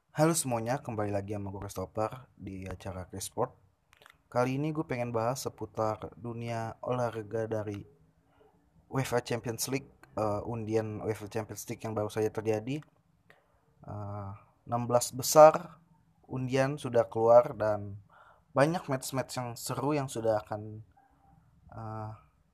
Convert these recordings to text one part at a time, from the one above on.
Halo semuanya, kembali lagi sama gue Christopher di acara Chris Sport. Kali ini gue pengen bahas seputar dunia olahraga dari UEFA Champions League, undian UEFA Champions League yang baru saja terjadi. Eh, 16 besar undian sudah keluar dan banyak match-match yang seru yang sudah akan eh,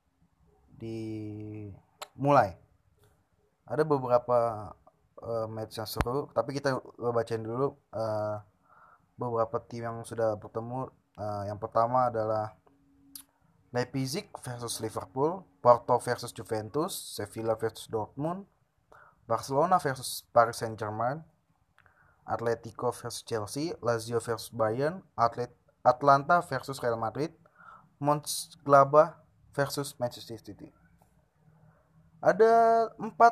dimulai. Ada beberapa match yang seru, tapi kita bacain dulu beberapa tim yang sudah bertemu. Yang pertama adalah Leipzig versus Liverpool, Porto versus Juventus, Sevilla versus Dortmund, Barcelona versus Paris Saint-Germain, Atletico versus Chelsea, Lazio versus Bayern, Atlanta versus Real Madrid, Mönchengladbach versus Manchester City. Ada 4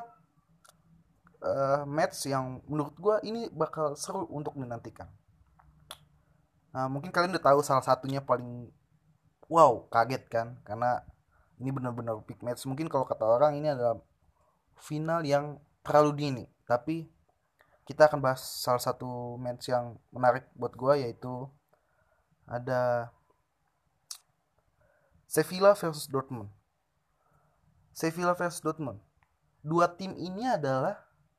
match yang menurut gue ini bakal seru untuk dinantikan. Nah, mungkin kalian udah tahu salah satunya paling wow, kaget kan? Karena ini benar-benar big match. Mungkin kalau kata orang ini adalah final yang terlalu dini. Tapi kita akan bahas salah satu match yang menarik buat gue, yaitu ada Sevilla versus Dortmund. Sevilla versus Dortmund. Dua tim ini adalah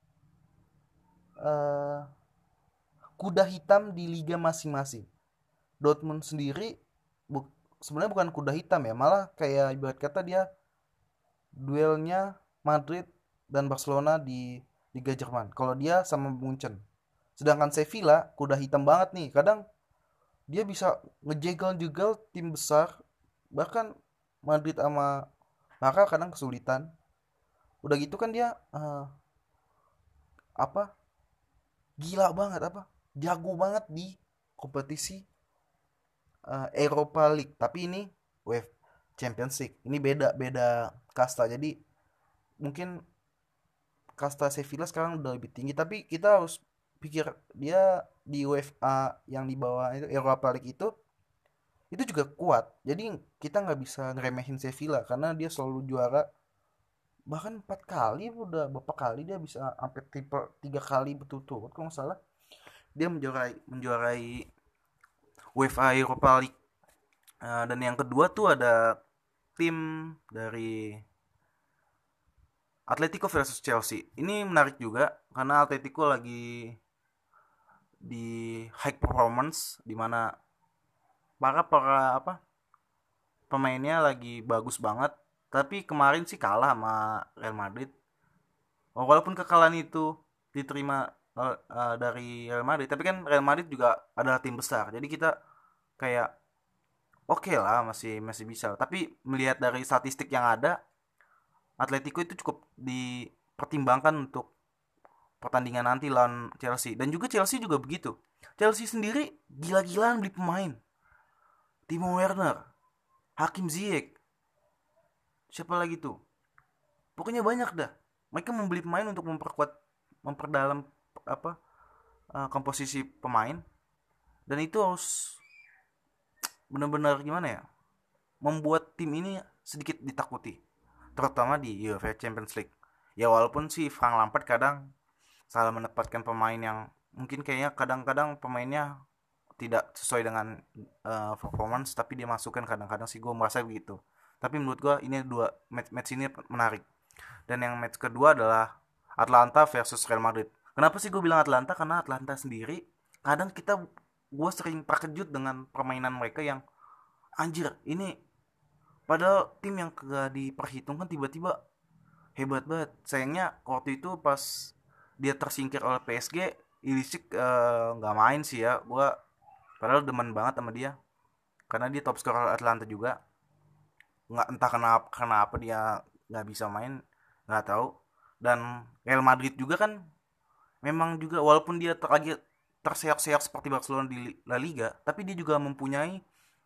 uh, kuda hitam di liga masing-masing. Dortmund sendiri sebenarnya bukan kuda hitam ya, malah kayak ibarat kata dia duelnya Madrid dan Barcelona di Liga Jerman. Kalau dia sama Munchen. Sedangkan Sevilla kuda hitam banget nih. Kadang dia bisa ngejegal-jegal tim besar. Bahkan Madrid sama Barca kadang kesulitan. Udah gitu kan dia apa? Gila banget apa? Jago banget di kompetisi Europa League. Tapi ini UEFA Champions League. Ini beda kasta. Jadi mungkin kasta Sevilla sekarang udah lebih tinggi, tapi kita harus pikir dia di UEFA yang di bawah itu Europa League itu juga kuat. Jadi kita nggak bisa ngeremehin Sevilla karena dia selalu juara, bahkan 4 kali, udah berapa kali dia bisa sampai triple 3 kali berturut-turut kalau nggak salah dia menjuarai UEFA Europa League. Dan yang kedua tuh ada tim dari Atletico versus Chelsea. Ini menarik juga karena Atletico lagi di high performance, di mana para apa pemainnya lagi bagus banget. Tapi kemarin sih kalah sama Real Madrid. Walaupun kekalahan itu diterima dari Real Madrid, tapi kan Real Madrid juga adalah tim besar. Jadi kita kayak oke lah, masih masih bisa. Tapi melihat dari statistik yang ada, Atletico itu cukup dipertimbangkan untuk pertandingan nanti lawan Chelsea. Dan juga Chelsea juga begitu. Chelsea sendiri gila-gilaan beli pemain. Timo Werner, Hakim Ziyech, siapa lagi tuh? Pokoknya banyak dah. Mereka membeli pemain untuk memperdalam apa komposisi pemain, dan itu harus benar-benar gimana ya? Membuat tim ini sedikit ditakuti, terutama di UEFA Champions League. Ya walaupun sih Frank Lampard kadang salah menempatkan pemain yang mungkin kayaknya kadang-kadang pemainnya tidak sesuai dengan performance, tapi dia masukkan kadang-kadang sih gue merasa begitu. Tapi menurut gue ini dua match ini menarik. Dan yang match kedua adalah Atlanta versus Real Madrid. Kenapa sih gue bilang Atlanta? Karena Atlanta sendiri kadang gue sering terkejut dengan permainan mereka yang anjir ini, padahal tim yang gak diperhitungkan tiba-tiba hebat banget. Sayangnya waktu itu pas dia tersingkir oleh PSG, Ilicic nggak main sih ya. Gue padahal demen banget sama dia karena dia top scorer Atlanta juga. Nggak entah kenapa dia nggak bisa main, nggak tahu. Dan Real Madrid juga kan memang juga walaupun dia lagi terseok-seok seperti Barcelona di La Liga, tapi dia juga mempunyai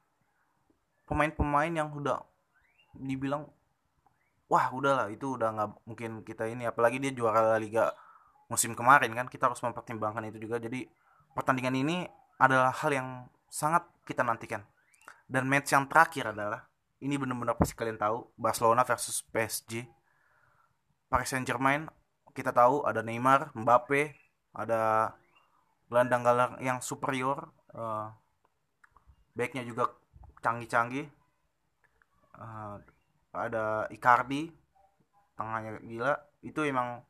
pemain-pemain yang udah dibilang wah udahlah, itu udah nggak mungkin kita ini, apalagi dia juara La Liga musim kemarin kan, kita harus mempertimbangkan itu juga. Jadi pertandingan ini adalah hal yang sangat kita nantikan. Dan match yang terakhir adalah ini benar-benar pasti kalian tahu, Barcelona versus PSG. Paris Saint Germain, kita tahu ada Neymar, Mbappe, ada gelandang gelandang yang superior, backnya juga canggih-canggih. Eh, ada Icardi, tengahnya gila. Itu emang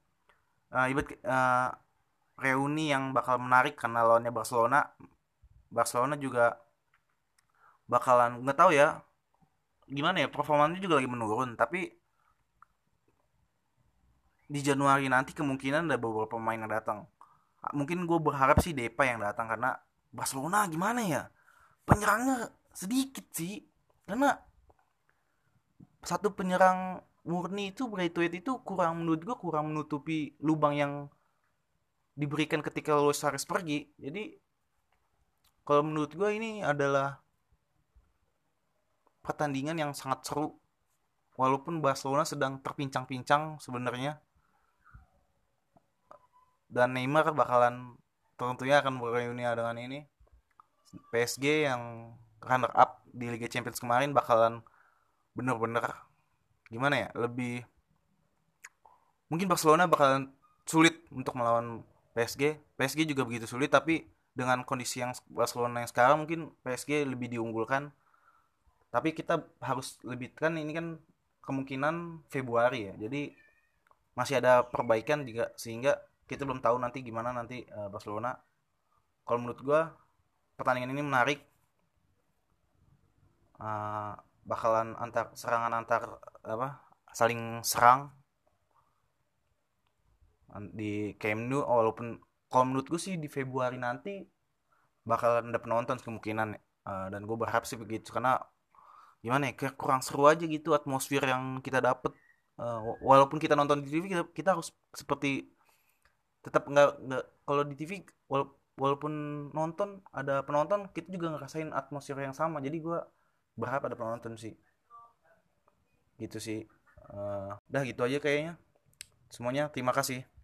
reuni yang bakal menarik karena lawannya Barcelona. Barcelona juga bakalan nggak tahu ya gimana ya, performanya juga lagi menurun, tapi di Januari nanti kemungkinan ada beberapa pemain yang datang. Mungkin gue berharap sih Depa yang datang karena Barcelona gimana ya, penyerangnya sedikit sih, karena satu penyerang murni itu Braithwaite itu kurang, menurut gue kurang menutupi lubang yang diberikan ketika Luis Suarez pergi. Jadi kalau menurut gue ini adalah pertandingan yang sangat seru, walaupun Barcelona sedang terpincang-pincang sebenarnya, dan Neymar bakalan tentunya akan bereuni dengan ini. PSG yang runner up di Liga Champions kemarin bakalan bener-bener gimana ya, lebih mungkin Barcelona bakalan sulit untuk melawan PSG. PSG juga begitu sulit, tapi dengan kondisi yang Barcelona yang sekarang mungkin PSG lebih diunggulkan. Tapi kita harus lebih, kan ini kan kemungkinan Februari ya, jadi masih ada perbaikan juga, sehingga kita belum tahu nanti gimana nanti Barcelona. Kalau menurut gue pertandingan ini menarik. uh, Bakalan antar serangan antar apa, saling serang di Camp Nou, walaupun kalau menurut gue sih di Februari nanti bakalan ada penonton kemungkinan. Dan gue berharap sih begitu karena gimana ya, kayak kurang seru aja gitu atmosfer yang kita dapet. Walaupun kita nonton di TV, kita harus seperti tetap nggak kalau di TV, walaupun nonton ada penonton, kita juga ngerasain atmosfer yang sama. Jadi gue berharap ada penonton sih, gitu sih. Dah gitu aja kayaknya semuanya. Terima kasih.